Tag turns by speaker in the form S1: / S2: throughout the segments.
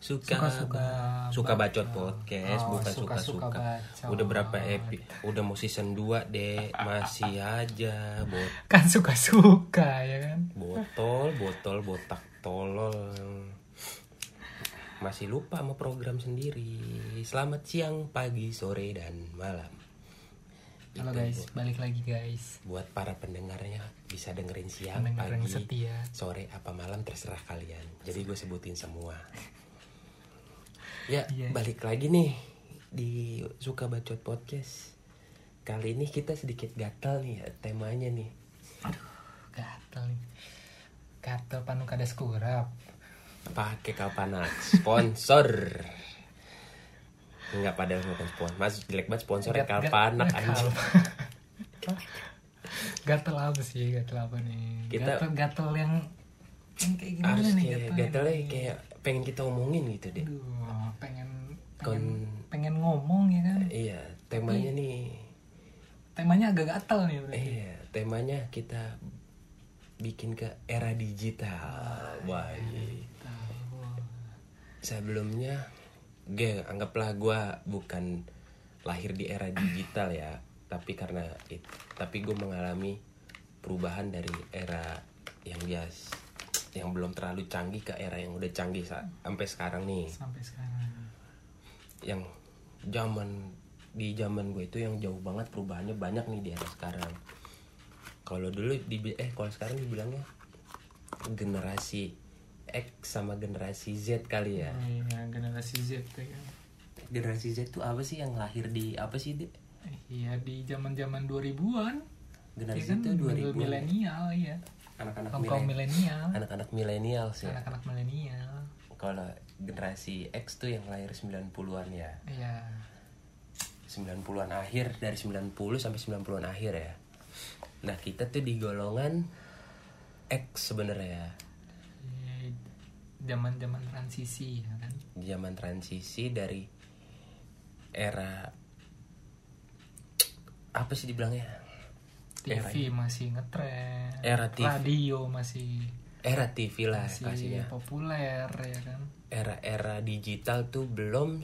S1: suka bacot podcast, bukan suka. Udah berapa udah mau season 2 deh, masih aja
S2: kan suka ya kan.
S1: Botol botak tolol. Masih lupa sama program sendiri. Selamat siang, pagi, sore dan malam.
S2: Halo guys, balik lagi guys.
S1: Buat para pendengarnya bisa dengerin siang,
S2: pendengar
S1: pagi,
S2: setia.
S1: Sore apa malam terserah kalian. Jadi gue sebutin semua. Ya, balik lagi nih di Suka Bacot Podcast. Kali ini kita sedikit gatal nih ya, temanya nih.
S2: Aduh, gatal nih. Gatal panu kada skurap.
S1: Pakai kapanak sponsor. Enggak, padahal bukan sponsor. Mas jelek banget sponsornya Kalpanak anjing.
S2: Gatel apa sih? Gatel apa nih? Gatel yang kayak gimana
S1: nih? Gatelnya kayak pengen kita omongin gitu deh.
S2: Aduh, pengen ngomong ya kan?
S1: Iya, temanya nih.
S2: Temanya agak gatel nih berarti.
S1: Iya, temanya kita bikin ke era digital. Wah. Sebelumnya anggaplah gue bukan lahir di era digital ya, tapi gue mengalami perubahan dari era yang belum terlalu canggih ke era yang udah canggih sampai sekarang nih.
S2: Sampai sekarang.
S1: Yang di zaman gue itu yang jauh banget perubahannya banyak nih di era sekarang. Kalau dulu kalau sekarang dibilangnya generasi X sama generasi Z kali ya.
S2: Iya, generasi Z ya kan.
S1: Generasi Z tuh apa sih, yang lahir di apa sih, Dek?
S2: Iya, di zaman-zaman 2000-an.
S1: Generasi
S2: ya kan,
S1: itu 2000
S2: milenial ya.
S1: Anak-anak
S2: milenial.
S1: Anak-anak milenial sih.
S2: Anak-anak milenial.
S1: Kalau generasi X tuh yang lahir 90-an ya.
S2: Iya.
S1: 90-an akhir, dari 90 sampai 90-an akhir ya. Nah, kita tuh di golongan X sebenarnya.
S2: Zaman-zaman transisi ya kan.
S1: Zaman transisi dari era apa sih dibilangnya?
S2: TV masih ngetren.
S1: Era TV.
S2: Radio masih.
S1: Era TV lah
S2: masih
S1: kasihnya.
S2: Populer ya kan.
S1: Era digital tuh belum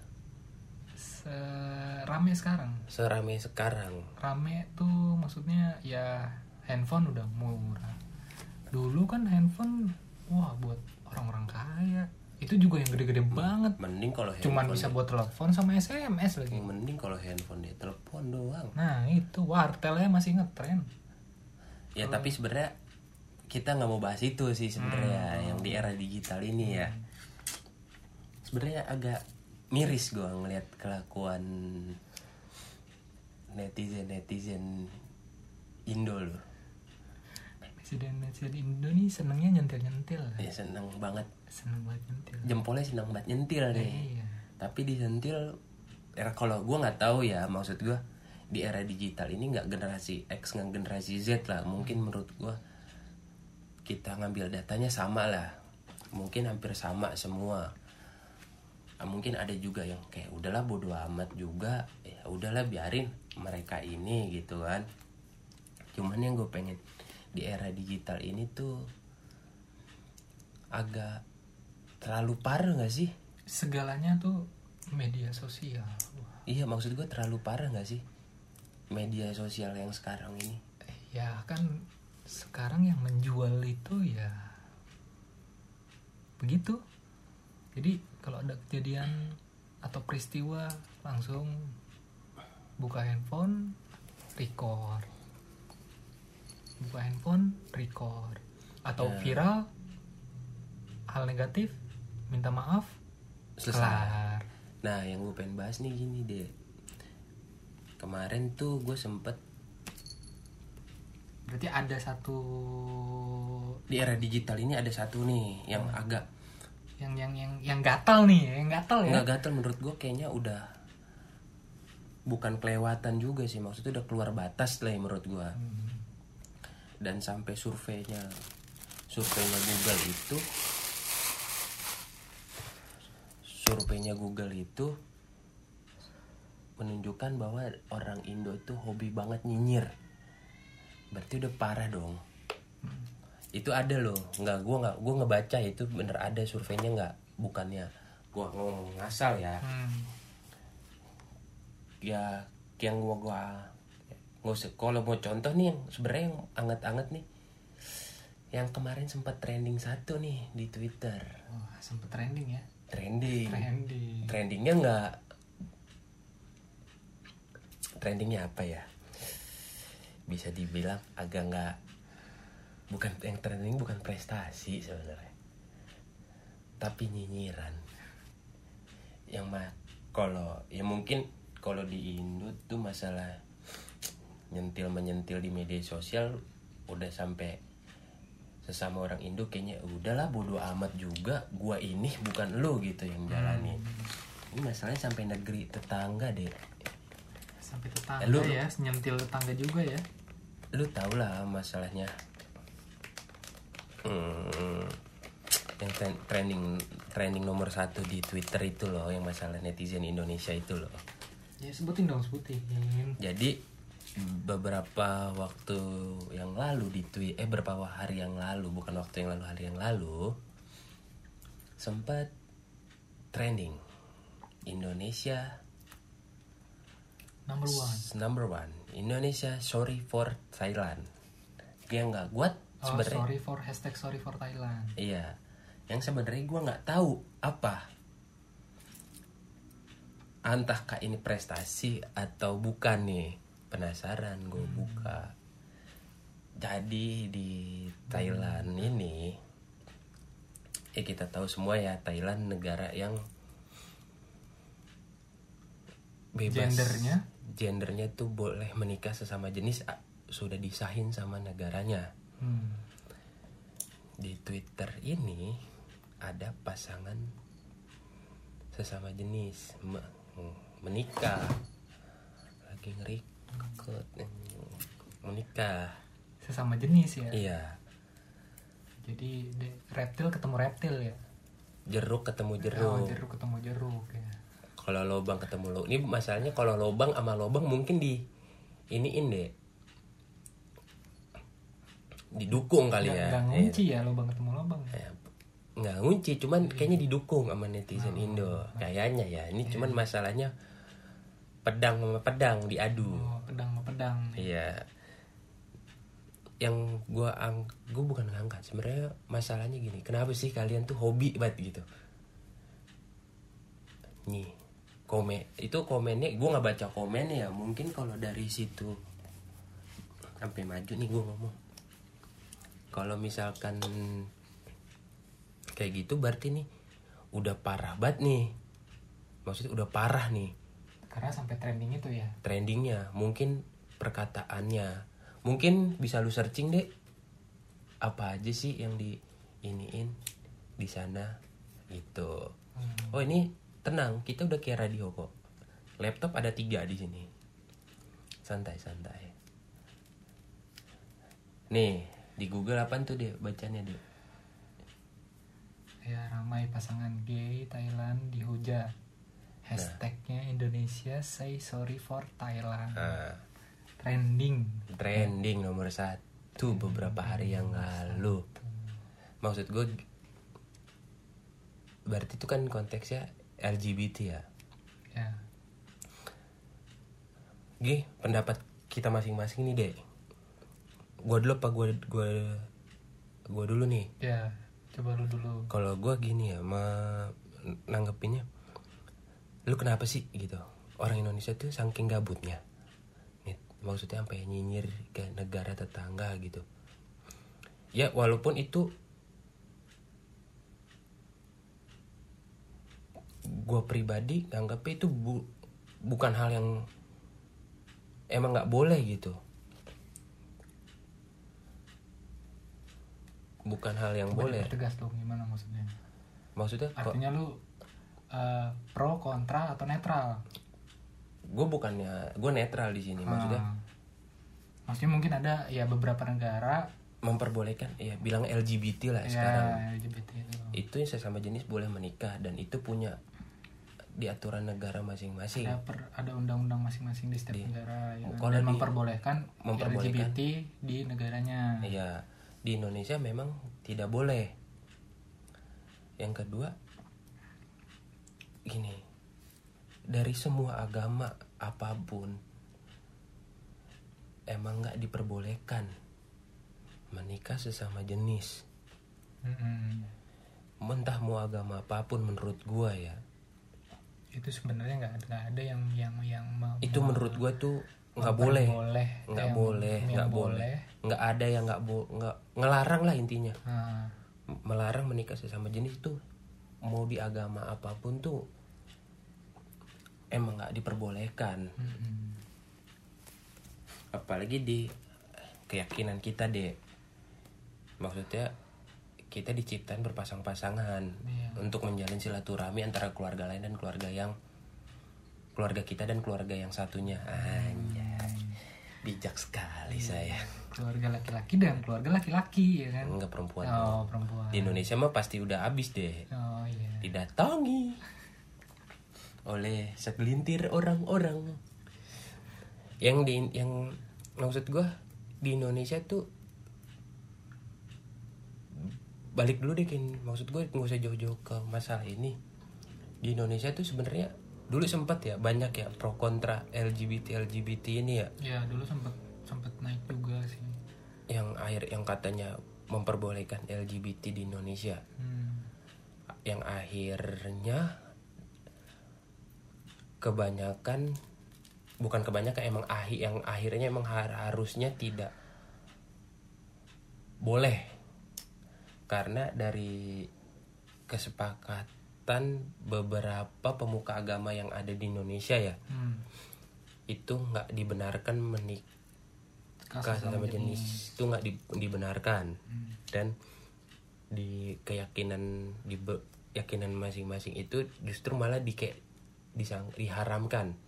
S2: rame sekarang.
S1: Serame sekarang.
S2: Rame tuh maksudnya ya handphone udah murah. Dulu kan handphone wah buat orang-orang kaya. Itu juga yang gede-gede banget.
S1: Mending kalau
S2: cuman bisa buat telepon sama SMS lagi.
S1: Mending kalau handphone dia telepon doang.
S2: Nah, itu wartelnya masih ngetren.
S1: Ya tapi sebenarnya kita nggak mau bahas itu sih sebenarnya yang di era digital ini ya. Sebenarnya agak miris gue ngeliat kelakuan netizen Indo loh.
S2: Netizen Indo nih senengnya nyentil.
S1: Ya seneng banget
S2: nyentil.
S1: Jempolnya seneng banget nyentil deh.
S2: Iya.
S1: Tapi disentil kalau gue nggak tahu ya, maksud gue di era digital ini nggak generasi X nggak generasi Z lah. Mungkin menurut gue kita ngambil datanya sama lah. Mungkin hampir sama semua. Mungkin ada juga yang kayak udahlah bodo amat juga. Ya udahlah biarin mereka ini gitu kan. Cuman yang gue pengen di era digital ini tuh agak terlalu parah gak sih?
S2: Segalanya tuh media sosial. Wah.
S1: Iya, maksud gue terlalu parah gak sih media sosial yang sekarang ini?
S2: Ya kan sekarang yang menjual itu ya begitu. Jadi kalau ada kejadian atau peristiwa langsung buka handphone, record. Atau viral hal negatif, minta maaf,
S1: selesai.
S2: Kelar.
S1: Nah, yang gue pengen bahas nih gini deh. Kemarin tuh gue sempet,
S2: berarti ada satu
S1: di era digital ini ada satu nih yang agak
S2: yang gatal nih, yang gatal ya.
S1: Nggak gatal, menurut gue kayaknya udah bukan kelewatan juga sih, maksudnya udah keluar batas lah ya menurut gue. Dan sampai surveinya Google itu menunjukkan bahwa orang Indo itu hobi banget nyinyir. Berarti udah parah dong. Itu ada loh, gue ngebaca itu bener ada surveinya, bukannya gua ngomong ngasal ya. Ya yang gua nggak usah, kalau mau contoh nih yang sebenarnya yang anget-anget nih, yang kemarin sempat trending satu nih di Twitter.
S2: Wah, sempet trending ya.
S1: Trendingnya nggak, trendingnya apa ya, bisa dibilang agak nggak, bukan yang trending, bukan prestasi sebenarnya, tapi nyinyiran. Yang kalau ya mungkin kalau di Indo tuh masalah menyentil di media sosial udah sampai sesama orang Indo kayaknya udahlah bodo amat juga, gua ini bukan lu gitu yang jalani. Ini masalahnya sampai negeri tetangga deh.
S2: Sampai tetangga ya, nyentil tetangga juga ya.
S1: Lu tau lah masalahnya. Yang trending nomor 1 di Twitter itu loh, yang masalah netizen Indonesia itu loh.
S2: Ya sebutin.
S1: Jadi beberapa waktu yang lalu beberapa hari yang lalu, bukan waktu yang lalu, hari yang lalu sempat trending Indonesia number one Indonesia sorry for Thailand. Dia nggak kuat sebenarnya.
S2: Sorry for Thailand.
S1: Iya, yang sebenarnya gue nggak tahu apa, entahkah ini prestasi atau bukan nih. Penasaran gue buka. Jadi di Thailand ini, kita tahu semua ya, Thailand negara yang bebas. Gendernya tuh boleh menikah sesama jenis, sudah disahin sama negaranya. Di Twitter ini ada pasangan sesama jenis menikah, lagi ngeri menikah
S2: sesama jenis ya.
S1: Iya.
S2: Jadi reptil ketemu reptil ya.
S1: Jeruk ketemu jeruk.
S2: Jeruk ketemu jeruk ya.
S1: Kalau lobang ketemu lo. Ini masalahnya kalau lobang sama lobang mungkin iniin deh. Didukung kali ya.
S2: Enggak ngunci ya lobang ketemu lobang.
S1: Enggak ngunci, cuman kayaknya didukung sama netizen Indo. Kayaknya ya. Ini cuman masalahnya pedang sama pedang diadu.
S2: Pedang sama pedang.
S1: Iya. Yang gue bukan ngangkat, sebenarnya masalahnya gini, kenapa sih kalian tuh hobi banget gitu. Nih komennya gue nggak baca komennya ya, mungkin kalau dari situ sampai maju nih gue ngomong, kalau misalkan kayak gitu berarti nih udah parah banget nih, maksudnya udah parah nih
S2: karena sampai trending itu ya.
S1: Trendingnya mungkin perkataannya, mungkin bisa lu searching deh apa aja sih yang iniin di sana gitu. Oh ini tenang, kita udah kayak radio kok. Laptop ada 3 di sini. Santai. Nih di Google apaan tuh deh bacanya deh?
S2: Ya ramai pasangan gay Thailand dihujat. Hashtagnya Indonesia say sorry for Thailand. Trending
S1: nomor 1 beberapa hari yang lalu. Maksud gue berarti itu kan konteksnya LGBT ya.
S2: Ya.
S1: Pendapat kita masing-masing nih deh. Gue dulu apa gue dulu nih?
S2: Ya, coba lu dulu.
S1: Kalau gue gini ya, nanggepinnya, lu kenapa sih gitu? Orang Indonesia tuh saking gabutnya. Maksudnya sampai nyinyir ke negara tetangga gitu. Ya walaupun itu gue pribadi nganggapnya itu bukan hal yang emang nggak boleh gitu. Bukan hal yang boleh.
S2: Tegas dong, gimana maksudnya?
S1: Maksudnya
S2: artinya lu pro, kontra, atau netral?
S1: Gue netral di sini. Maksudnya
S2: mungkin ada ya beberapa negara
S1: memperbolehkan, ya bilang LGBT lah sekarang.
S2: LGBT
S1: itu yang sesama jenis boleh menikah dan itu punya di aturan negara masing-masing.
S2: Ada undang-undang masing-masing di setiap negara ya, dan memperbolehkan LGBT di negaranya.
S1: Iya, di Indonesia memang tidak boleh. Yang kedua, gini, dari semua agama apapun emang nggak diperbolehkan menikah sesama jenis. Entah mau agama apapun menurut gua ya.
S2: Itu sebenarnya nggak ada yang
S1: Itu menurut gua tuh nggak boleh, nggak boleh, nggak ada yang nggak ngelarang lah intinya. Melarang menikah sesama jenis tuh mau di agama apapun tuh emang nggak diperbolehkan. Apalagi di keyakinan kita deh, maksudnya kita diciptain berpasang-pasangan untuk menjalin silaturahmi antara keluarga lain dan keluarga kita dan keluarga yang satunya. Anjay, bijak sekali saya.
S2: Keluarga laki-laki dan keluarga laki-laki ya kan.
S1: Enggak, perempuan.
S2: Perempuan.
S1: Di Indonesia mah pasti udah habis deh.
S2: Iya.
S1: Didatangi oleh segelintir orang-orang yang maksud gue di Indonesia tuh, balik dulu deh Kin, maksud gue nggak usah jauh-jauh ke masalah ini. Di Indonesia tuh sebenarnya dulu sempat ya banyak ya pro kontra LGBT ini ya.
S2: Ya dulu sempat naik juga sih.
S1: Yang katanya memperbolehkan LGBT di Indonesia. Yang akhirnya yang akhirnya emang harusnya tidak boleh, karena dari kesepakatan beberapa pemuka agama yang ada di Indonesia ya, itu nggak dibenarkan menikah sama jenis itu nggak dibenarkan. Dan di keyakinan masing-masing itu justru malah diharamkan.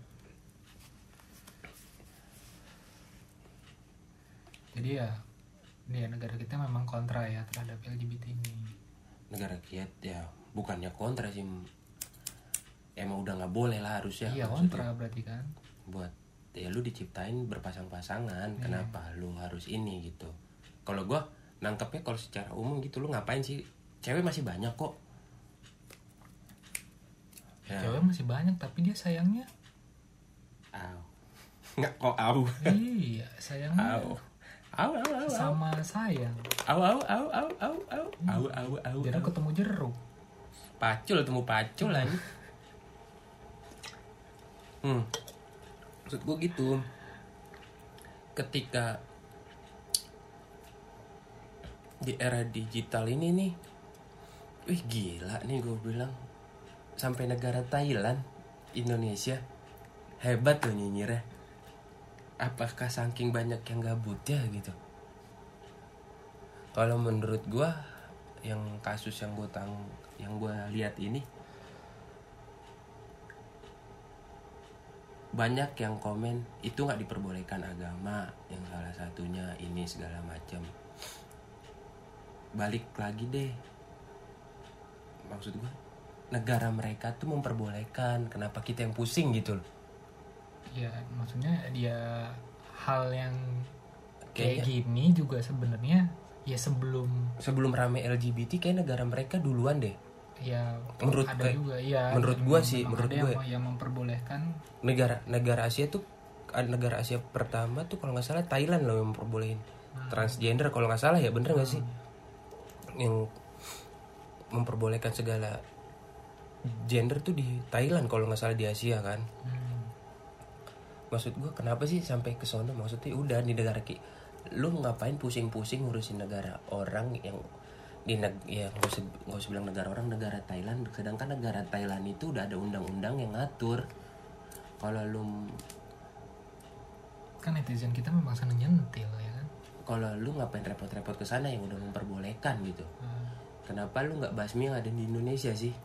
S2: Jadi ya negara kita memang kontra ya terhadap LGBT ini.
S1: Negara kita ya bukannya kontra sih, emang udah nggak boleh lah harusnya.
S2: Iya, kontra berarti kan.
S1: Buat ya lu diciptain berpasang-pasangan, kenapa lu harus ini gitu. Kalau gue nangkepnya kalau secara umum gitu, lu ngapain sih, cewek masih banyak kok. Ya.
S2: Cewek masih banyak tapi dia sayangnya
S1: nggak kok
S2: iya sayangnya sama sayang jeruk ketemu jeruk,
S1: temu pacul lagi. Maksud gue gitu, ketika di era digital ini nih, wih gila nih gue bilang, sampai negara Thailand Indonesia hebat loh nyinyirnya. Apakah saking banyak yang gabutnya gitu? Kalau menurut gue, yang kasus yang gue lihat ini, banyak yang komen itu nggak diperbolehkan agama, yang salah satunya ini segala macam. Balik lagi deh, maksud gue negara mereka tuh memperbolehkan, kenapa kita yang pusing gitu loh?
S2: Ya maksudnya dia hal yang kayak gini juga sebenarnya ya sebelum
S1: rame LGBT kayak negara mereka duluan deh.
S2: Ya
S1: menurut
S2: ada juga ya.
S1: Menurut gue sih,
S2: yang memperbolehkan
S1: negara Asia tuh, negara Asia pertama tuh kalau nggak salah Thailand loh yang memperbolehin transgender kalau nggak salah ya, bener nggak sih? Yang memperbolehkan segala gender tuh di Thailand kalau nggak salah, di Asia kan. Maksud gue kenapa sih sampai ke sono? Maksudnya udah di negara lu ngapain pusing-pusing ngurusin negara orang yang ya nggak usah bilang negara orang, negara Thailand. Sedangkan negara Thailand itu udah ada undang-undang yang ngatur. Kalau lu
S2: kan netizen kita memang sana nyentil ya kan.
S1: Kalau lu ngapain repot-repot ke sana yang udah memperbolehkan gitu? Kenapa lu nggak basmi yang ada di Indonesia sih?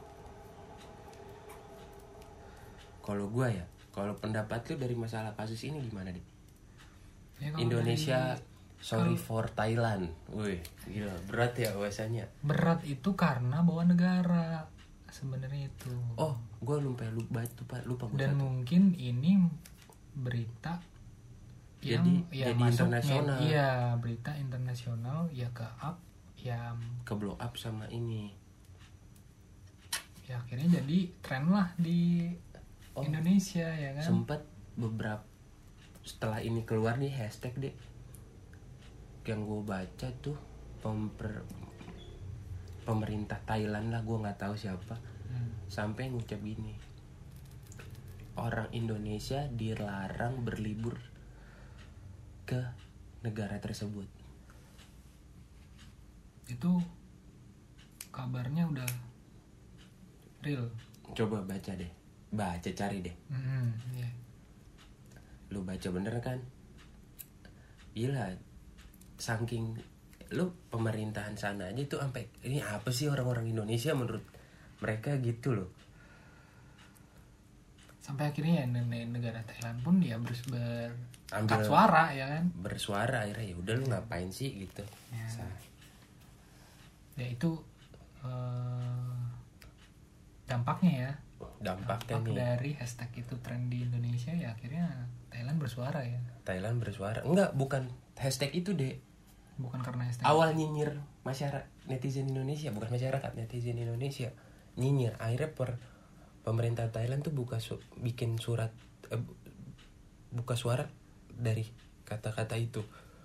S1: Kalau gue ya, kalau pendapat lu dari masalah kasus ini gimana deh? Ya, Indonesia sorry for Thailand. Wih, gila berat ya bahasanya.
S2: Berat itu karena bawa negara sebenarnya itu.
S1: Oh, gue lupa
S2: dan mungkin ini berita yang
S1: jadi
S2: masuk
S1: internasional.
S2: Iya, berita internasional ya ke blow up
S1: sama ini.
S2: Ya akhirnya jadi tren lah di Indonesia ya kan.
S1: Sempet beberapa setelah ini keluar nih hashtag deh, yang gue baca tuh pemerintah Thailand lah, gue nggak tahu siapa, sampai ngucap gini, orang Indonesia dilarang berlibur ke negara tersebut.
S2: Itu kabarnya udah real.
S1: Coba baca deh, cari deh.
S2: Iya.
S1: Lu baca bener kan? Gila, saking lu pemerintahan sana aja tuh sampai ini apa sih orang-orang Indonesia menurut mereka gitu loh.
S2: Sampai akhirnya ya negara Thailand pun dia berangkat
S1: Ambil
S2: suara ya kan.
S1: bersuara akhirnya, ya udah lu ngapain sih gitu.
S2: Ya. Ya itu dampaknya ya.
S1: Dampaknya
S2: Dampak
S1: nih.
S2: dari hashtag itu tren di Indonesia ya akhirnya Thailand bersuara ya.
S1: Thailand bersuara. Enggak, bukan hashtag itu deh.
S2: Bukan karena hashtag.
S1: Awal nyinyir masyarakat netizen Indonesia, bukan masyarakat, netizen Indonesia nyinyir. Akhirnya pemerintah Thailand tuh bikin surat buka suara dari kata-kata itu.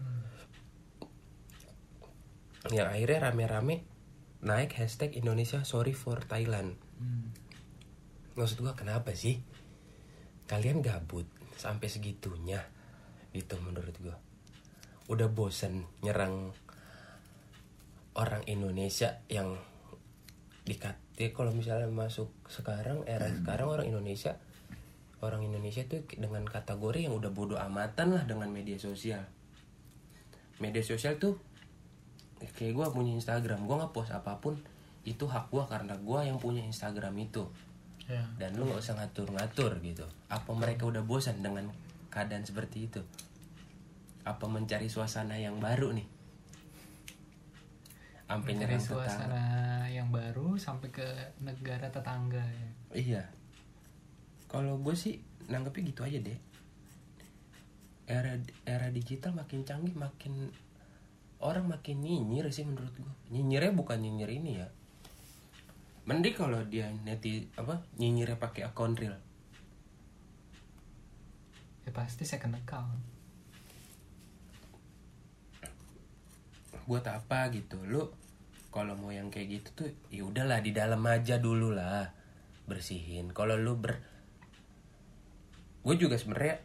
S1: Yang akhirnya rame-rame naik hashtag Indonesia sorry for Thailand. Maksud gua kenapa sih kalian gabut sampai segitunya gitu menurut gua. Udah bosen nyerang orang Indonesia yang kalau misalnya masuk sekarang era sekarang orang Indonesia tuh dengan kategori yang udah bodo amatan lah dengan media sosial. Media sosial tuh kayak gue punya Instagram, gue nge-post apapun itu hak gue karena gue yang punya Instagram itu.
S2: Ya.
S1: Dan lu nggak usah ngatur-ngatur gitu. Apa mereka udah bosan dengan keadaan seperti itu? Apa mencari suasana yang baru nih? Sampai
S2: Dari
S1: nyerang
S2: suasana yang baru sampai ke negara tetangga ya.
S1: Iya. Kalau gue sih nanggepnya gitu aja deh. Era digital makin canggih, makin orang makin nyinyir sih menurut gue. Nyinyirnya bukan nyinyir ini ya. Mending kalau dia nyinyirnya pakai akun real.
S2: Ya pasti second account.
S1: Buat apa gitu? Lu kalau mau yang kayak gitu tuh ya udahlah di dalam aja dulu lah, bersihin. Kalau lu gue juga sebenarnya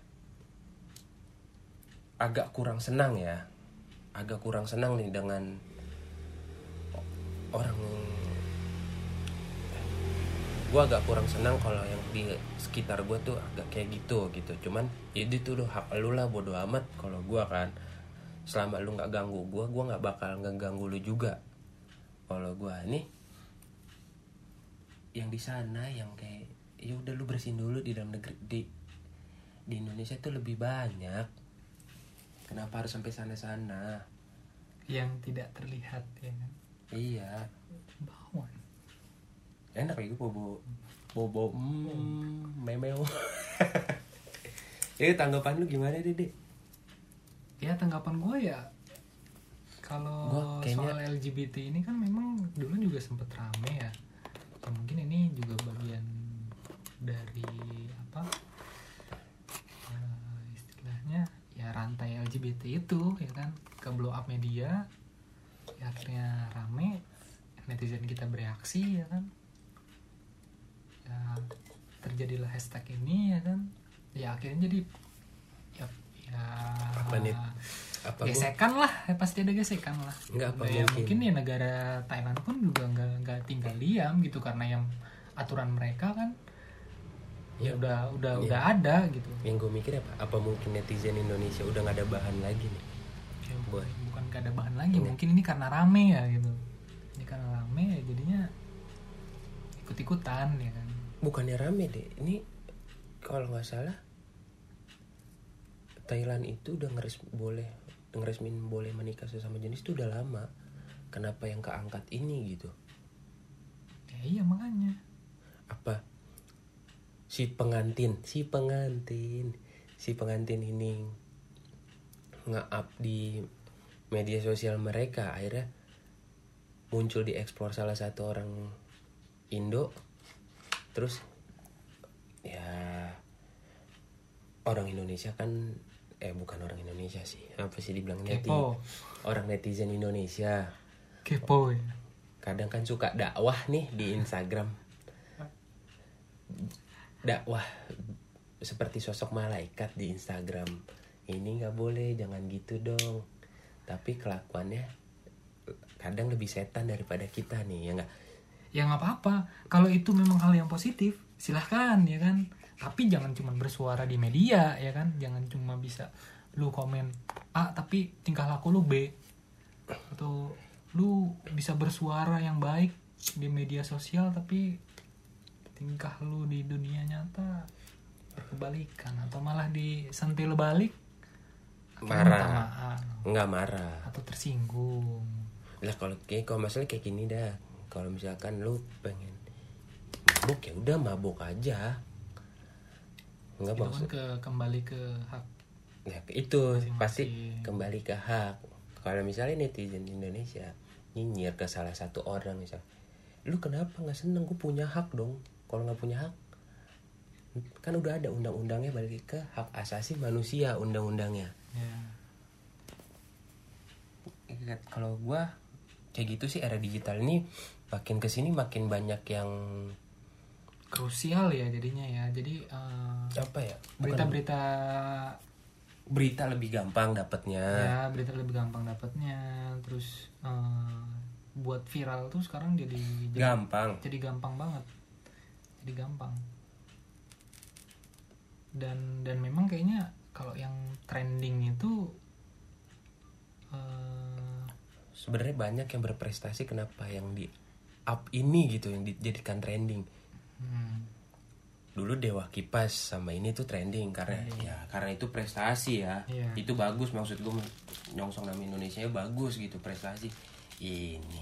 S1: agak kurang senang nih dengan orang. Gue agak kurang senang kalau yang di sekitar gue tuh agak kayak gitu. Cuman itu tuh hak lu lah, bodo amat. Kalau gue kan selama lu nggak ganggu gue nggak bakal ngeganggu lu juga. Kalau gue nih yang di sana yang kayak ya udah lu bersihin dulu. Di dalam negeri di Indonesia tuh lebih banyak. Kenapa harus sampai sana-sana?
S2: Yang tidak terlihat ya kan.
S1: Iya.
S2: Bawang.
S1: Enak kayak gue bobo memeo. Ya tanggapan lu gimana Dede?
S2: Ya tanggapan gue ya kalau soal LGBT ini kan memang dulu juga sempet rame ya. Ya mungkin ini juga bagian dari istilahnya ya rantai LGBT itu ya kan, ke blow up media ya, akhirnya rame, netizen kita bereaksi ya kan, ya terjadilah hashtag ini ya kan, ya akhirnya jadi gesekan lah, ya pasti ada gesekan lah. Ya, mungkin ya negara Thailand pun juga nggak tinggal diam gitu, karena yang aturan mereka kan ya udah ada gitu.
S1: Yang gue mikir apa mungkin netizen Indonesia udah nggak ada bahan lagi nih?
S2: Ya, bukan nggak ada bahan lagi, mungkin ini karena rame ya gitu. Ini karena rame ya jadinya ikut-ikutan ya kan.
S1: Bukannya rame deh, ini kalau nggak salah Thailand itu udah ngeresmin boleh menikah sesama jenis itu udah lama. Kenapa yang keangkat ini gitu?
S2: Ya iya makanya.
S1: Apa si pengantin ini nge-up di media sosial mereka, akhirnya muncul di explore salah satu orang Indo Terus ya orang Indonesia kan bukan orang Indonesia sih, apa sih dibilang
S2: Kepo.
S1: orang netizen Indonesia
S2: Kepo ya.
S1: kadang kan suka dakwah nih di Instagram, dakwah seperti sosok malaikat di Instagram, ini nggak boleh, jangan gitu dong, tapi kelakuannya kadang lebih setan daripada kita nih, ya nggak?
S2: Ya nggak apa-apa, kalau itu memang hal yang positif silahkan ya kan, tapi jangan cuma bersuara di media ya kan, jangan cuma bisa lu komen A tapi tingkah laku lu B, atau lu bisa bersuara yang baik di media sosial tapi tingkah lu di dunia nyata berkebalikan, atau malah disentil balik atau minta
S1: Marah,
S2: maaf
S1: nggak marah
S2: atau tersinggung.
S1: lah. Kalau masalah kayak gini dah, kalau misalkan lu pengen mabuk ya udah mabuk aja, nggak
S2: Itu kan
S1: maksud
S2: kembali ke hak
S1: ya itu
S2: masing-masing.
S1: pasti kembali ke hak. Kalau misalnya netizen Indonesia nyinyir ke salah satu orang, misal lu kenapa nggak seneng, gue punya hak dong. Kalau nggak punya hak kan udah ada undang-undangnya, balik ke hak asasi manusia undang-undangnya.
S2: Ya.
S1: Kalau gue kayak gitu sih, era digital ini makin kesini makin banyak yang
S2: Krusial ya jadinya ya. Jadi
S1: apa ya,
S2: berita-berita
S1: berita lebih gampang dapatnya.
S2: ya, berita lebih gampang dapatnya. Terus buat viral tuh sekarang jadi
S1: Gampang.
S2: Jadi gampang banget. Jadi gampang. Dan memang kayaknya kalau yang trending itu
S1: Sebenarnya banyak yang berprestasi, kenapa yang di up ini gitu yang dijadikan trending. Dulu Dewa Kipas sama ini tuh trending karena karena itu prestasi ya.
S2: Iya.
S1: Itu bagus, maksud gue nyongsong nama Indonesia bagus gitu, prestasi. Ini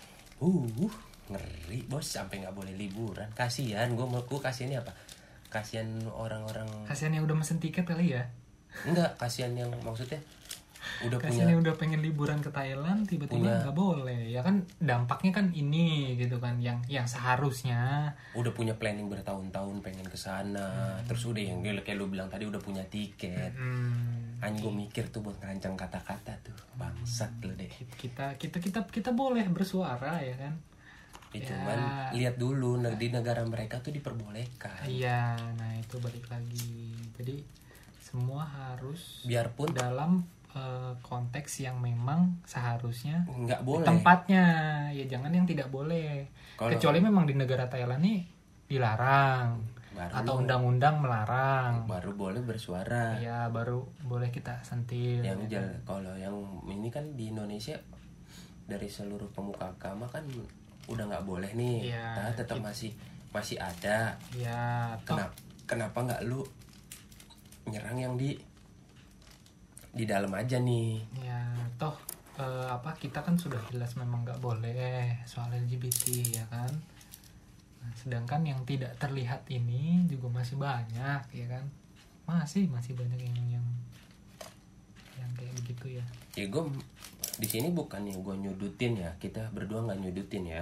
S1: ngeri bos, sampai nggak boleh liburan. Kasihan gue kasihannya apa? Kasihan orang-orang.
S2: kasihan yang udah mesen tiket kali ya.
S1: Enggak, kasihan yang maksudnya udah
S2: Kasihan
S1: punya
S2: yang udah pengen liburan ke Thailand tiba-tiba nggak boleh. Ya kan dampaknya kan ini gitu kan, yang seharusnya
S1: udah punya planning bertahun-tahun pengen ke sana. Terus udah yang kayak lu bilang tadi udah punya tiket. Anjing gue mikir tuh buat ngerancang kata-kata tuh, bangsat lu deh.
S2: kita boleh bersuara ya kan.
S1: Cuman lihat dulu di negara mereka tuh diperbolehkan.
S2: Iya, nah itu balik lagi. Jadi semua harus
S1: Biarpun
S2: dalam konteks yang memang seharusnya
S1: nggak
S2: di
S1: boleh.
S2: tempatnya. Ya jangan yang tidak boleh. Kecuali memang di negara Thailand nih dilarang atau undang-undang melarang.
S1: Baru boleh bersuara.
S2: Ya baru boleh kita sentil.
S1: Kalau yang ini kan di Indonesia dari seluruh pemuka agama kan udah nggak boleh nih.
S2: Iya,
S1: Tetap masih ada.
S2: Ya,
S1: Kenapa nggak lu nyerang yang di dalam aja nih?
S2: Ya, toh kita kan sudah jelas memang nggak boleh soal LGBT ya kan. Nah, sedangkan yang tidak terlihat ini juga masih banyak ya kan. Masih banyak yang kayak begitu ya.
S1: Ya gue di sini bukannya gue nyudutin ya, kita berdua nggak nyudutin ya.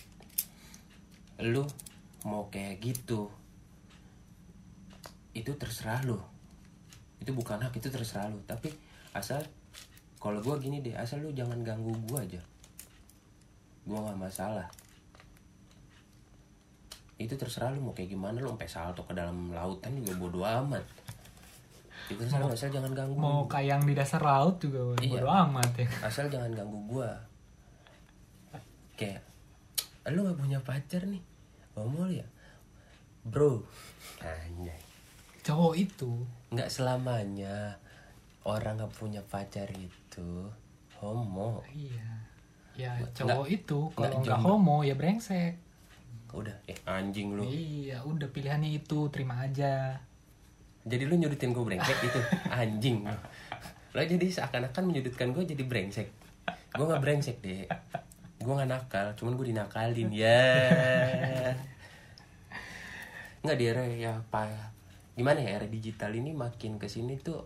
S1: Lu mau kayak gitu, itu terserah lu. Itu bukan hak, itu terserah lu. Tapi asal, kalau gue gini deh, asal lu jangan ganggu gue aja, gue nggak masalah. Itu terserah lu mau kayak gimana, lu sampai salto ke dalam lautan juga bodo amat. Itu terserah lu, asal jangan ganggu.
S2: Mau kayang di dasar laut juga bodo amat ya.
S1: Asal jangan ganggu gue. Kayak lu nggak punya pacar nih, ngomong ya bro, anjay.
S2: Cowok itu
S1: Nggak selamanya orang nggak punya pacar itu homo.
S2: iya. Ya cowok itu kalau
S1: nggak
S2: nggak homo ya brengsek.
S1: Udah anjing lu.
S2: Iya, udah pilihannya itu, terima aja.
S1: Jadi lu nyudutin gue brengsek gitu, anjing. Lo jadi seakan-akan menyudutkan gue jadi brengsek. Gue nggak brengsek deh, gue nggak nakal, cuman gue dinakalin ya. Nggak di era ya apa? Gimana ya, era digital ini makin kesini tuh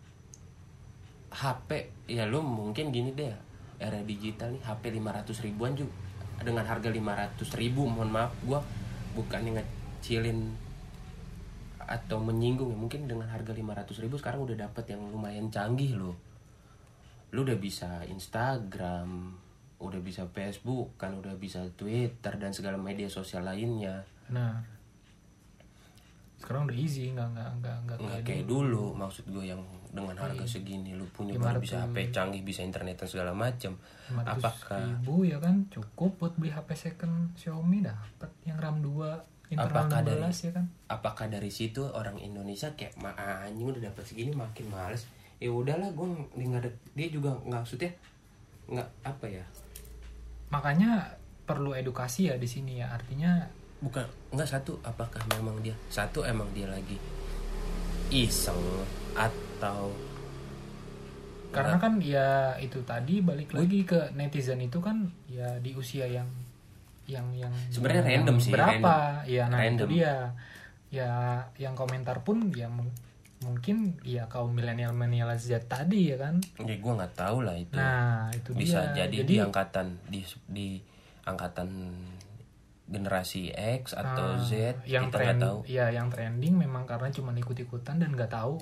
S1: HP ya, lu mungkin gini deh, era digital nih HP 500 ribuan juga dengan harga 500 ribu, mohon maaf gue bukannya ngecilin atau menyinggung ya, mungkin dengan harga 500.000 sekarang udah dapat yang lumayan canggih loh. Lu udah bisa Instagram, udah bisa Facebook, kan udah bisa Twitter dan segala media sosial lainnya.
S2: Nah, sekarang udah easy, nggak
S1: kayak dulu. Maksud gue yang dengan harga segini lu punya baru bisa HP canggih, bisa internet dan segala macam. Apakah
S2: 500.000 ya kan cukup buat beli HP second Xiaomi, dapat yang RAM 2 internal 16 ya kan.
S1: Apakah dari situ orang Indonesia kayak anjing udah dapat segini makin males, ya udahlah gue nggak, dia juga nggak, maksudnya nggak apa ya,
S2: makanya perlu edukasi ya di sini ya, artinya
S1: bukan nggak satu, apakah memang dia emang dia lagi iseng atau
S2: karena kan ya itu tadi balik lagi ke netizen itu kan ya di usia yang
S1: sebenarnya random sih,
S2: berapa
S1: random.
S2: Ya nah
S1: random.
S2: itu dia ya, yang komentar pun ya mungkin ya kaum milenial Z tadi ya kan.
S1: Ya gue nggak tahu lah itu.
S2: Nah itu
S1: bisa
S2: dia.
S1: jadi di angkatan di angkatan generasi X atau Z,
S2: yang
S1: kita nggak tahu.
S2: Ya yang trending memang karena cuma ikut-ikutan dan nggak tahu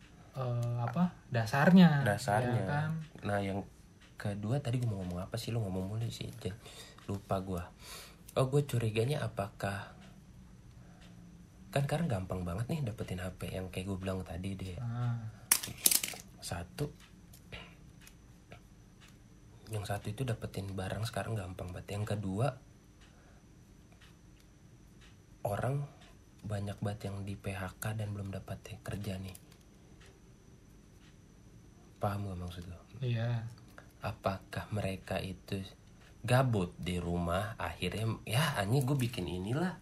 S2: dasarnya ya kan.
S1: Nah yang kedua tadi gue mau ngomong apa sih, lu ngomong mulu sih, lupa gue. Gue curiganya apakah kan sekarang gampang banget nih dapetin HP yang kayak gue bilang tadi deh. Yang satu itu dapetin barang sekarang gampang banget. Yang kedua, orang banyak banget yang di PHK dan belum dapat kerja nih. Paham gak maksud lo?
S2: Iya.
S1: Apakah mereka itu gabut di rumah, akhirnya ya anjing gue bikin inilah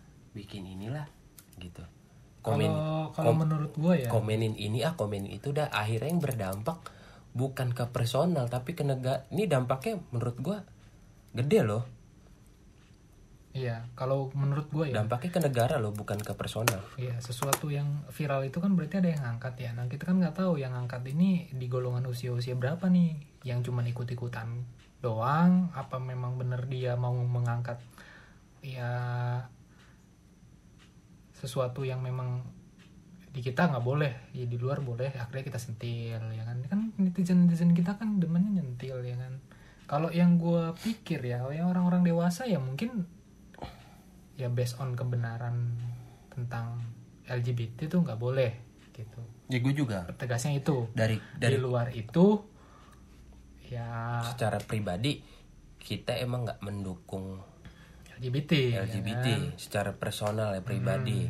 S1: gitu.
S2: Kalau menurut gue ya,
S1: komenin ini komenin itu, udah akhirnya yang berdampak bukan ke personal tapi ke negara. Ini dampaknya menurut gue gede loh.
S2: Iya, kalau menurut gue ya
S1: dampaknya ke negara loh, bukan ke personal.
S2: Iya, sesuatu yang viral itu kan berarti ada yang ngangkat ya. Nah kita kan nggak tahu yang ngangkat ini di golongan usia berapa nih, yang cuma ikut-ikutan doang, apa memang bener dia mau mengangkat ya sesuatu yang memang di kita nggak boleh, ya di luar boleh, akhirnya kita sentil ya kan. Kan netizen kita kan demennya nyentil ya kan. Kalau yang gue pikir ya, yang orang-orang dewasa ya mungkin ya based on kebenaran tentang LGBT itu nggak boleh gitu.
S1: Ya gue juga
S2: tegasnya itu.
S1: Dari
S2: di luar itu ya
S1: secara pribadi kita emang nggak mendukung LGBT ya kan? Secara personal ya pribadi.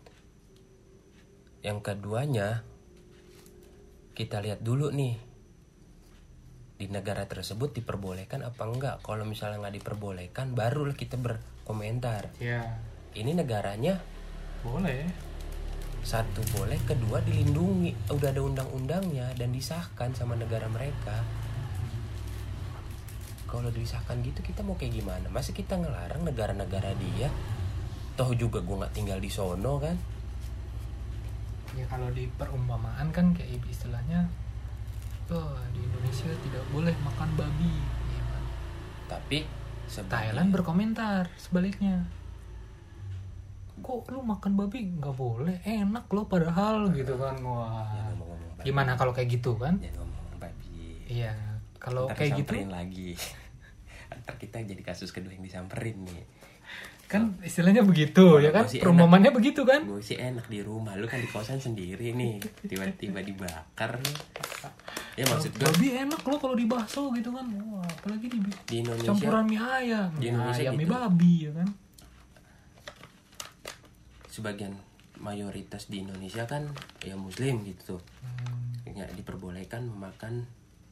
S1: Yang keduanya, kita lihat dulu nih di negara tersebut diperbolehkan apa enggak. Kalau misalnya nggak diperbolehkan, baru kita berkomentar.
S2: Ya.
S1: Ini negaranya
S2: boleh.
S1: Satu boleh, kedua dilindungi, udah ada undang-undangnya dan disahkan sama negara mereka. Kalau disahkan gitu kita mau kayak gimana? Masa kita ngelarang negara-negara dia? Toh juga gue nggak tinggal di sono kan?
S2: Ya kalau di perumpamaan kan kayak istilahnya, di Indonesia tidak boleh makan babi. Ya kan?
S1: Tapi
S2: Thailand berkomentar sebaliknya. Kok lu makan babi nggak boleh? Enak lo padahal gitu kan. Wah. Gimana kalau kayak gitu kan?
S1: Ya ngomong babi.
S2: Iya. Kalau kayak gitu
S1: lagi. Ntar kita jadi kasus kedua yang disamperin nih.
S2: Kan istilahnya begitu ya kan, perumpamannya begitu kan.
S1: Gue sih enak di rumah, lu kan di kosan sendiri nih, tiba-tiba dibakar. Ya maksud gue
S2: babi enak lo kalau dibahso gitu kan. Wah, apalagi di Indonesia campuran mie ayam.
S1: Di Indonesia
S2: ayam
S1: gitu.
S2: Mie babi ya kan.
S1: Sebagian mayoritas di Indonesia kan ya muslim gitu tuh. Ya diperbolehkan memakan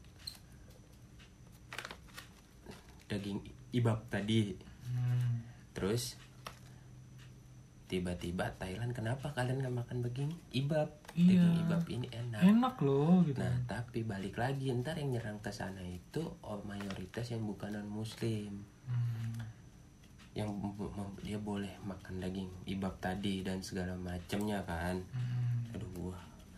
S1: daging ibab tadi. Terus tiba-tiba Thailand, kenapa kalian nggak makan begini? Ibab.
S2: Iya.
S1: Daging ibab ini enak.
S2: Enak loh gitu.
S1: Nah, tapi balik lagi ntar yang nyerang ke sana itu mayoritas yang bukan non muslim. Yang dia boleh makan daging ibab tadi dan segala macamnya kan. Aduh,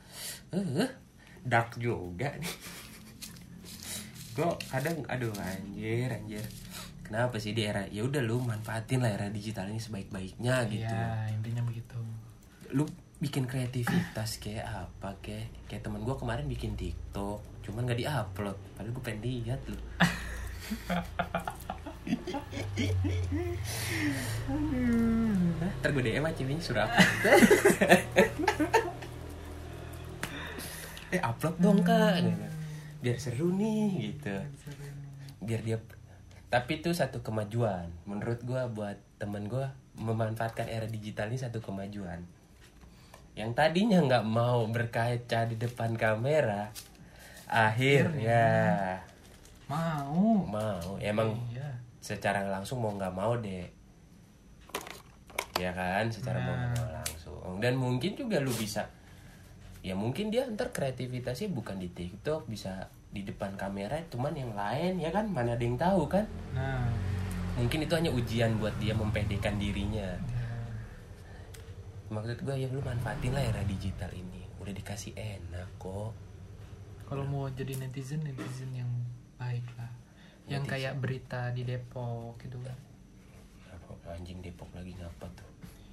S1: dark juga nih. Gue kadang anjir kenapa sih di era, ya udah lu manfaatin lah era digital ini sebaik-baiknya gitu.
S2: Iya, intinya begitu.
S1: Lu bikin kreativitas kayak apa, kayak temen gue kemarin bikin TikTok cuman nggak diupload, padahal gue pengen lihat lu. Ntar gue DM aja ceweknya suruh upload. Upload dong kak, biar seru nih gitu, biar dia. Tapi itu satu kemajuan menurut gue buat temen gue, memanfaatkan era digital ini satu kemajuan. Yang tadinya nggak mau berkaca di depan kamera, akhirnya
S2: mau
S1: emang
S2: iya.
S1: secara langsung mau nggak mau deh, ya kan, secara mau nggak mau langsung. Dan mungkin juga lu bisa, ya mungkin dia ntar kreativitasnya bukan di TikTok, bisa di depan kamera, cuman yang lain ya kan, mana ada yang tahu kan.
S2: Nah,
S1: Mungkin itu hanya ujian buat dia mempedekan dirinya. Maksud gue ya lu manfaatin lah era digital ini, udah dikasih enak kok.
S2: kalau mau jadi netizen yang baik lah, yang
S1: Netizen.
S2: kayak berita di Depok gitu kan,
S1: Anjing Depok lagi ngapa tuh?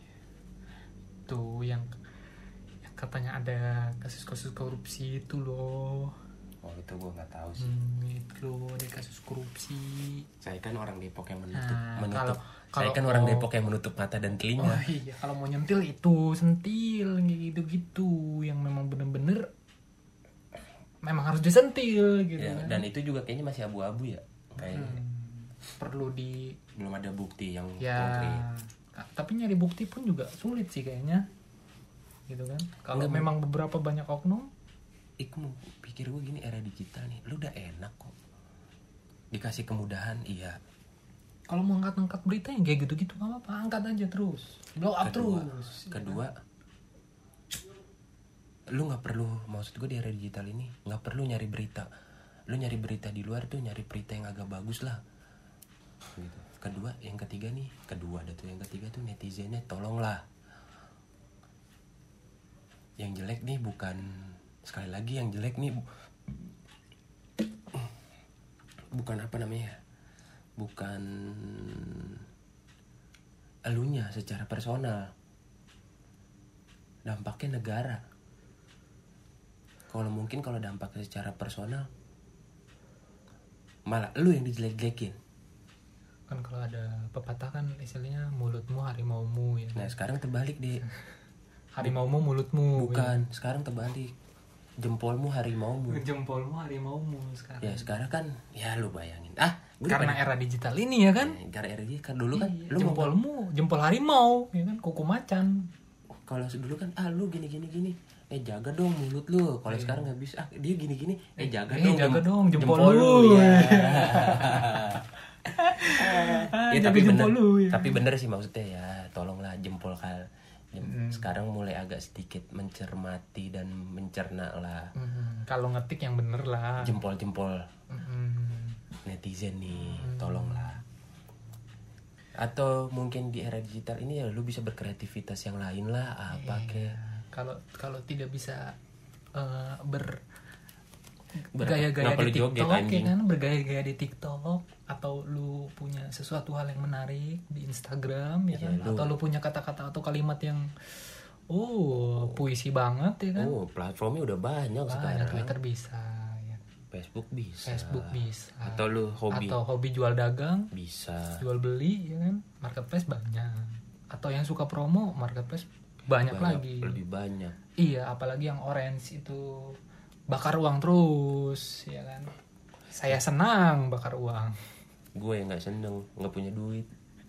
S2: tuh yang katanya ada kasus-kasus korupsi itu loh.
S1: Oh itu gue nggak tahu sih.
S2: Itu loh, ada kasus korupsi.
S1: Saya kan orang Depok yang menutup.
S2: Nah,
S1: Saya kan orang Depok yang menutup mata dan telinga.
S2: Oh iya, kalau mau nyentil itu sentil gitu-gitu yang memang bener-bener memang harus disentil gitu
S1: Ya,
S2: kan.
S1: dan itu juga kayaknya masih abu-abu ya, kayaknya.
S2: Perlu di
S1: Belum ada bukti yang
S2: ya,
S1: konkret.
S2: tapi nyari bukti pun juga sulit sih kayaknya. Gitu kan. Kalau memang beberapa banyak oknum,
S1: Iku pikir gue gini, era digital nih, lu udah enak kok. Dikasih kemudahan, iya.
S2: kalau mau angkat-angkat berita yang kayak gitu-gitu nggak apa-apa, angkat aja terus, blow up terus.
S1: Kedua, lu nggak perlu, maksud gue di era digital ini nggak perlu nyari berita. Lu nyari berita di luar tuh nyari berita yang agak bagus lah. Gitu. Kedua, yang ketiga tuh netizennya tolonglah. Yang jelek nih bukan, sekali lagi yang jelek nih bukan apa namanya, bukan elunya secara personal, dampaknya negara. Kalau mungkin kalau dampaknya secara personal, malah lu yang dijelek-jelekin.
S2: Kan kalau ada pepatah kan istilahnya mulutmu harimaumu ya.
S1: Nah sekarang terbalik deh.
S2: Harimaumu mulutmu.
S1: Bukan, sekarang terbalik. Jempolmu harimaumu.
S2: Jempolmu harimaumu sekarang.
S1: Ya sekarang kan, ya lu bayangin.
S2: Karena era digital ini ya kan.
S1: Karena era digital dulu kan,
S2: Iya,
S1: lu mau
S2: jempolmu, jempol harimau, ya kan, kuku macan.
S1: kalau dulu kan, lu gini, jaga dong mulut lu. Kalau sekarang nggak bisa, dia gini, jaga dong
S2: jempol lu.
S1: Ya. Ya,
S2: jaga
S1: tapi bener,
S2: jempol lu, ya.
S1: tapi bener sih maksudnya ya, tolonglah jempol sekarang mulai agak sedikit mencermati dan mencerna lah.
S2: Kalau ngetik yang bener lah.
S1: Jempol netizen nih, tolonglah. Atau mungkin di era digital ini ya lu bisa berkreativitas yang lain lah, apa kek.
S2: Kalau tidak bisa
S1: Kenapa
S2: bergaya-gaya
S1: lu
S2: di
S1: joget,
S2: TikTok ya
S1: anjing?
S2: kan, bergaya-gaya di TikTok, atau lu punya sesuatu hal yang menarik di Instagram ya kan, atau lu punya kata-kata atau kalimat yang puisi banget ya kan.
S1: Platformnya udah banyak sekarang.
S2: Twitter bisa ya.
S1: Facebook bisa.
S2: Atau
S1: lu
S2: hobi jual dagang,
S1: bisa.
S2: jual beli ya kan, marketplace banyak. Atau yang suka promo, marketplace banyak lagi.
S1: Lebih banyak.
S2: Iya, apalagi yang orange itu bakar uang terus ya kan. Saya senang bakar uang.
S1: Gue yang nggak seneng, nggak punya duit.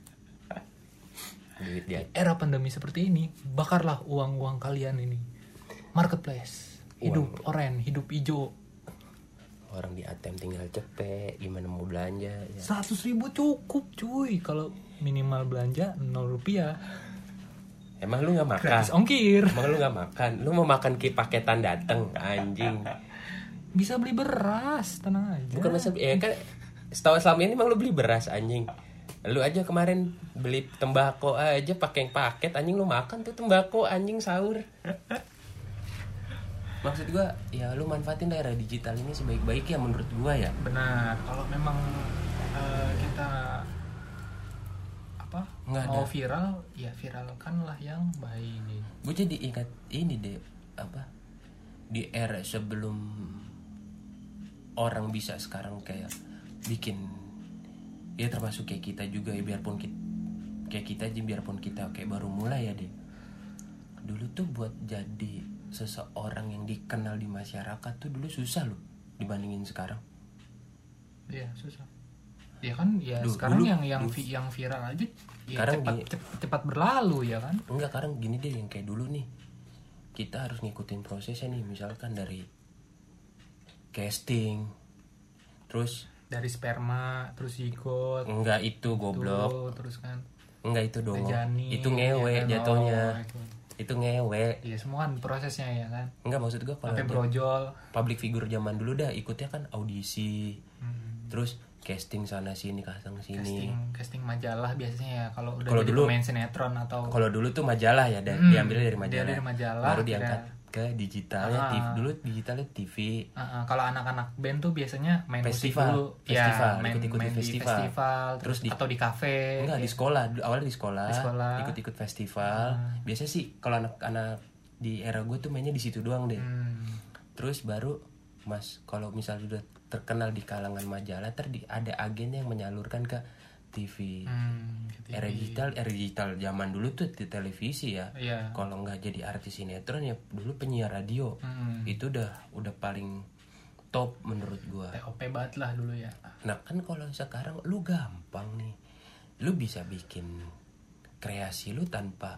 S1: Duit dia.
S2: Era pandemi seperti ini, bakarlah uang kalian ini. Marketplace, hidup orange, hidup hijau.
S1: Orang di ATM tinggal cepet, gimana mau belanja ya.
S2: 100.000 cukup cuy. Kalau minimal belanja 0 rupiah.
S1: Emang lu nggak makan?
S2: Gratis ongkir.
S1: Emang lu nggak makan? Lu mau makan paketan dateng, anjing.
S2: Bisa beli beras, tenang aja.
S1: Bukan masa ya kan, setahu selama ini emang lu beli beras, anjing. Lu aja kemarin beli tembakau aja pakai yang paket, anjing, lu makan tuh tembakau, anjing, sahur. Maksud gua ya lu manfaatin daerah digital ini sebaik-baiknya menurut gua ya.
S2: Benar, kalau memang kita
S1: Nggak
S2: mau
S1: ada.
S2: viral ya viralkanlah yang baik.
S1: Gue jadi ingat ini deh, apa, di era sebelum orang bisa sekarang kayak bikin, ya termasuk kayak kita juga ya, biarpun kita kayak kita aja, biarpun kita kayak baru mulai ya deh, dulu tuh buat jadi seseorang yang dikenal di masyarakat tuh dulu susah loh dibandingin sekarang.
S2: Iya susah. Ya kan ya
S1: Duh,
S2: sekarang
S1: dulu-
S2: yang viral aja ya
S1: Sekarang
S2: cepat berlalu ya kan.
S1: Enggak, sekarang gini deh, yang kayak dulu nih, kita harus ngikutin prosesnya nih, misalkan dari casting, terus
S2: Dari sperma terus zigot
S1: enggak itu goblok,
S2: tuh, terus kan
S1: enggak itu dong,
S2: janin,
S1: itu ngewe
S2: ya kan?
S1: jatuhnya,
S2: Oh,
S1: itu ngewe.
S2: iya semua kan prosesnya ya kan.
S1: Enggak, maksud gua kalau
S2: Sampai
S1: dia
S2: brojol.
S1: public figure zaman dulu dah ikutnya kan audisi,
S2: Hmm.
S1: terus casting sana sini kasang sini.
S2: Casting majalah biasanya ya kalau udah
S1: Kalau
S2: jadi
S1: dulu-
S2: pemain sinetron atau
S1: Kalau dulu tuh majalah ya, diambil dari majalah,
S2: dari majalah,
S1: baru diangkat ke digitalnya. TV dulu digitalnya TV.
S2: Kalau anak-anak band tuh biasanya main
S1: Festival,
S2: musik dulu,
S1: festival,
S2: ya, main
S1: ikut-ikut
S2: di
S1: festival.
S2: terus
S1: Terus
S2: atau di kafe.
S1: Enggak, di sekolah. Awalnya di sekolah.
S2: Di sekolah.
S1: Ikut-ikut festival. Biasanya sih kalau anak-anak di era gue tuh mainnya di situ doang deh. Terus baru kalau misal udah terkenal di kalangan majalah, ada agen yang menyalurkan ke TV.
S2: Gitu.
S1: Era digital zaman dulu tuh di televisi ya.
S2: Iya.
S1: Kalau nggak jadi artis sinetron ya dulu penyiar radio. Itu udah paling top menurut gua.
S2: TOP banget lah dulu ya.
S1: Nah kan kalau sekarang lu gampang nih, lu bisa bikin kreasi lu tanpa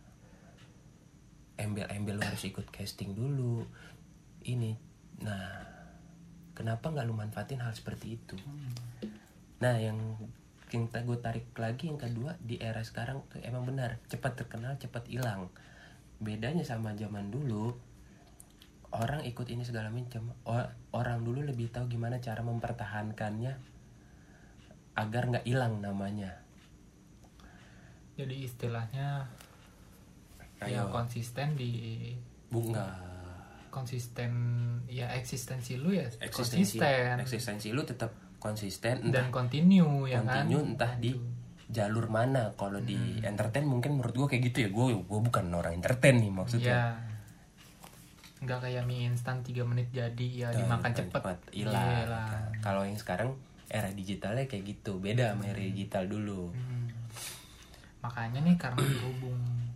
S1: embel-embel, lu harus ikut casting dulu ini. Nah kenapa nggak lu manfaatin hal seperti itu? Nah yang gue tarik lagi yang kedua, di era sekarang tuh emang benar cepat terkenal cepat hilang. Bedanya sama zaman dulu, orang ikut ini segala macam. Orang dulu lebih tahu gimana cara mempertahankannya agar nggak hilang namanya.
S2: Jadi istilahnya
S1: Ayo.
S2: ya konsisten di
S1: Bunga.
S2: konsisten ya eksistensi lu ya
S1: Eksistensi
S2: konsisten
S1: lu tetap konsisten,
S2: dan continue ya kan.
S1: entah di jalur mana. Kalau di entertain mungkin menurut gue kayak gitu ya. Gue bukan orang entertain nih maksudnya.
S2: Ya nggak kayak mie instan 3 menit jadi ya dimakan cepet
S1: hilang.
S2: Iyalah.
S1: Kalau yang sekarang era digitalnya kayak gitu, beda sama era digital dulu.
S2: Makanya nih karena berhubung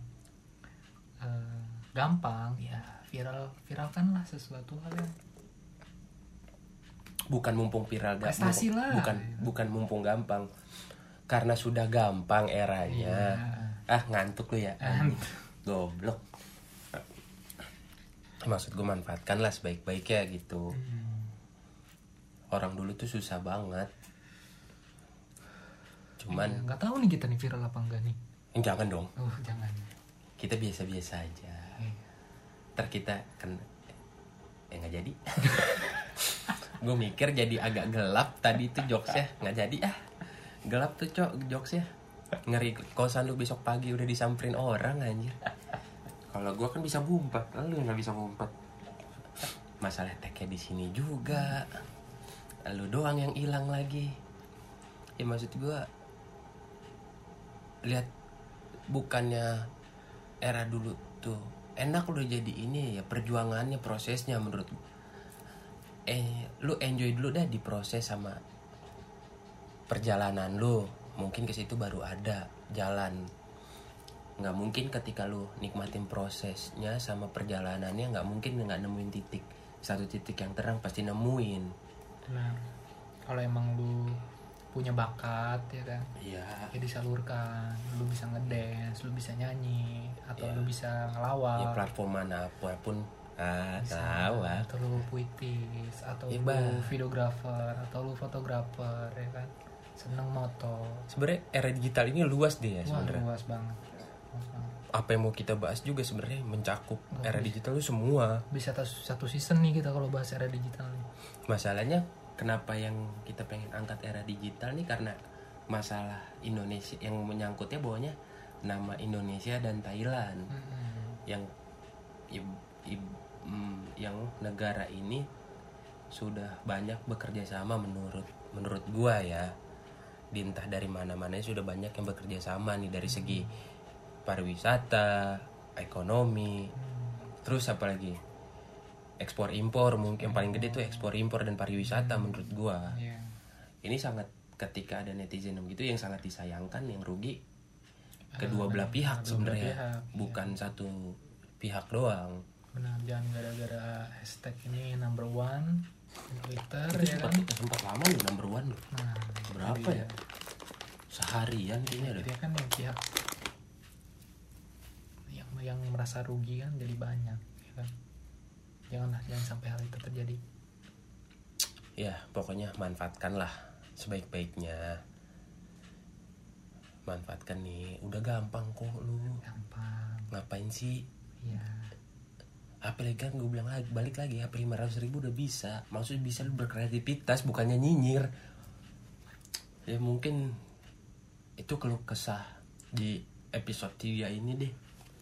S2: gampang ya viralkanlah sesuatu hal yang
S1: Bukan mumpung viral,
S2: prestasi lah.
S1: bukan mumpung gampang, karena sudah gampang eranya. Ngantuk lu ya, goblok. Maksud gue manfaatkanlah sebaik-baiknya gitu. Orang dulu tuh susah banget. Cuman
S2: nggak tahu nih kita nih viral apa enggak nih.
S1: jangan dong,
S2: Jangan.
S1: kita biasa-biasa aja. Ntar kita kan nggak jadi. Gue mikir jadi agak gelap tadi tuh jokesnya, nggak jadi gelap tuh jokesnya. Ngeri kosan lu besok pagi udah disamperin orang anjir. Kalau gue kan bisa ngumpet, lu nggak bisa ngumpet. Masalah tag-nya di sini juga, lu doang yang hilang lagi. Ya maksud gue, lihat, bukannya era dulu tuh enak udah jadi ini ya, perjuangannya, prosesnya menurut lu enjoy dulu dah di proses sama perjalanan lu. Mungkin ke situ baru ada jalan. Nggak mungkin ketika lu nikmatin prosesnya sama perjalanannya, nggak mungkin nggak nemuin satu titik yang terang, pasti nemuin.
S2: Nah, kalau emang lu punya bakat ya kan,
S1: Iya.
S2: ya disalurkan. Lu bisa ngedance, lu bisa nyanyi, atau lu bisa ngelawak.
S1: Ya platform mana apapun.
S2: Bisa. Atau lu puitis, atau
S1: Ya,
S2: lu videografer, atau lu fotografer ya kan. Seneng moto.
S1: Sebenarnya era digital ini luas deh ya
S2: Wah,
S1: sebenarnya.
S2: luas banget.
S1: Apa yang mau kita bahas juga sebenarnya mencakup era digital itu semua.
S2: Bisa satu season nih kita kalau bahas era digital nih.
S1: Masalahnya kenapa yang kita pengen angkat era digital nih, karena masalah Indonesia yang menyangkutnya bawahnya nama Indonesia dan Thailand. Yang yang negara ini sudah banyak bekerja sama menurut gua ya. entah dari mana-mana sudah banyak yang bekerja sama nih dari segi pariwisata, ekonomi, terus apa lagi? Ekspor impor, mungkin yang paling gede tuh ekspor impor dan pariwisata menurut gua.
S2: Iya.
S1: Ini sangat, ketika ada netizen gitu yang sangat disayangkan, yang rugi kedua belah pihak sebenarnya, bukan satu pihak doang.
S2: Benar, jangan gara-gara hashtag ini number one di Twitter
S1: Itu
S2: ya kan.
S1: sempat lama nih number one loh.
S2: Nah,
S1: Berapa ya? Seharian kayaknya
S2: Dia kan yang pihak yang merasa rugi kan jadi banyak, ya kan. Jangan sampai hal itu terjadi.
S1: Ya, pokoknya manfaatkanlah sebaik-baiknya. Manfaatkan nih, udah gampang kok lu.
S2: Gampang.
S1: Ngapain sih?
S2: Iya.
S1: Apalagi kan gue bilang lagi, balik lagi, HP 500.000 udah bisa. Maksudnya bisa lu berkreativitas, bukannya nyinyir. Ya mungkin itu keluh kesah di episode 3 ini deh.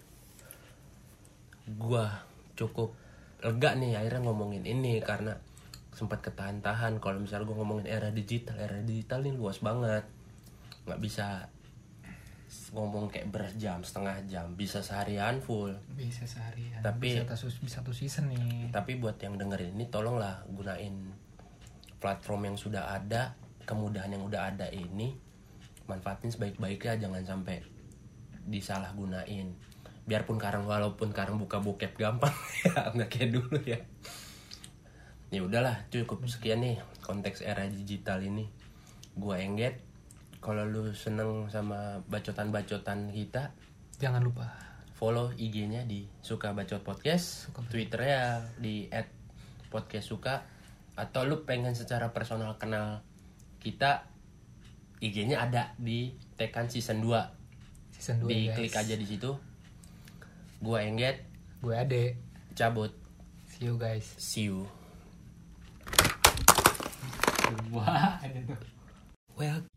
S1: Gua cukup lega nih akhirnya ngomongin ini, karena sempat ketahan-tahan. Kalau misalnya gue ngomongin era digital nih luas banget, nggak bisa ngomong kayak berjam, setengah jam, bisa seharian full.
S2: Bisa seharian.
S1: Tapi
S2: bisa satu season nih.
S1: Tapi buat yang dengerin ini, tolonglah gunain platform yang sudah ada, kemudahan yang udah ada ini, manfaatin sebaik-baiknya, jangan sampai disalahgunain. Biarpun walaupun sekarang buka bokep gampang ya, nggak kayak dulu ya. Ya udahlah, cukup sekian nih konteks era digital ini. Gua Engget. Kalau lu seneng sama bacotan-bacotan kita,
S2: jangan lupa
S1: follow IG-nya di Suka Bacot Podcast, Twitternya di @podcastsuka, atau lu pengen secara personal kenal kita, IG-nya ada di Tekan season 2. Diklik aja di situ. Gua Engget,
S2: gue Ade,
S1: cabut.
S2: see you guys.
S1: See you.
S2: Wah, ada tuh.
S1: Well,